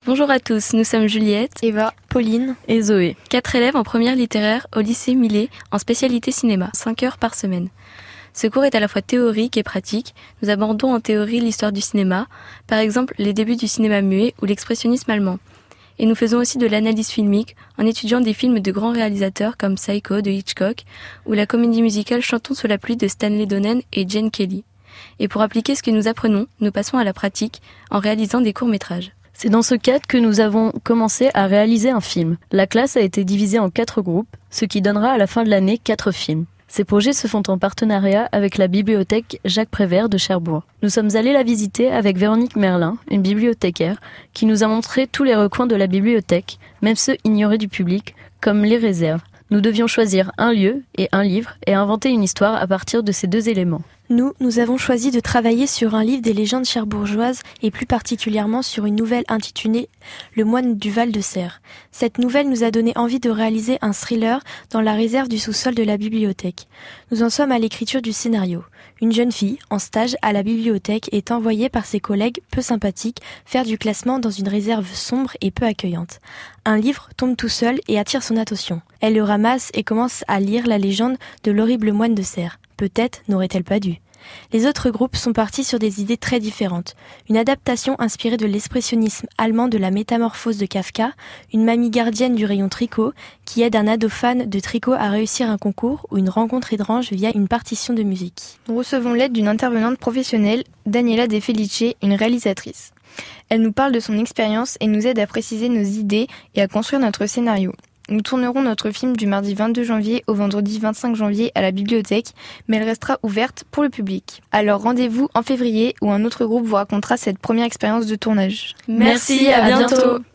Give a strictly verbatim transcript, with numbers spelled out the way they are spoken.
Bonjour à tous, nous sommes Juliette, Eva, Pauline et Zoé. Quatre élèves en première littéraire au lycée Millet en spécialité cinéma, cinq heures par semaine. Ce cours est à la fois théorique et pratique. Nous abordons en théorie l'histoire du cinéma, par exemple les débuts du cinéma muet ou l'expressionnisme allemand. Et nous faisons aussi de l'analyse filmique en étudiant des films de grands réalisateurs comme Psycho de Hitchcock ou la comédie musicale Chantons sous la pluie de Stanley Donen et Gene Kelly. Et pour appliquer ce que nous apprenons, nous passons à la pratique en réalisant des courts-métrages. C'est dans ce cadre que nous avons commencé à réaliser un film. La classe a été divisée en quatre groupes, ce qui donnera à la fin de l'année quatre films. Ces projets se font en partenariat avec la bibliothèque Jacques Prévert de Cherbourg. Nous sommes allés la visiter avec Véronique Merlin, une bibliothécaire, qui nous a montré tous les recoins de la bibliothèque, même ceux ignorés du public, comme les réserves. Nous devions choisir un lieu et un livre et inventer une histoire à partir de ces deux éléments. Nous, nous avons choisi de travailler sur un livre des légendes cherbourgeoises et plus particulièrement sur une nouvelle intitulée « Le moine du Val-de-Serre ». Cette nouvelle nous a donné envie de réaliser un thriller dans la réserve du sous-sol de la bibliothèque. Nous en sommes à l'écriture du scénario. Une jeune fille, en stage à la bibliothèque, est envoyée par ses collègues peu sympathiques faire du classement dans une réserve sombre et peu accueillante. Un livre tombe tout seul et attire son attention. Elle le ramasse et commence à lire la légende de l'horrible moine de Serre. Peut-être n'aurait-elle pas dû. Les autres groupes sont partis sur des idées très différentes. Une adaptation inspirée de l'expressionnisme allemand de la Métamorphose de Kafka, une mamie gardienne du rayon tricot qui aide un ado fan de tricot à réussir un concours ou une rencontre étrange via une partition de musique. Nous recevons l'aide d'une intervenante professionnelle, Daniela De Felice, une réalisatrice. Elle nous parle de son expérience et nous aide à préciser nos idées et à construire notre scénario. Nous tournerons notre film du mardi vingt-deux janvier au vendredi vingt-cinq janvier à la bibliothèque, mais elle restera ouverte pour le public. Alors rendez-vous en février où un autre groupe vous racontera cette première expérience de tournage. Merci, à bientôt.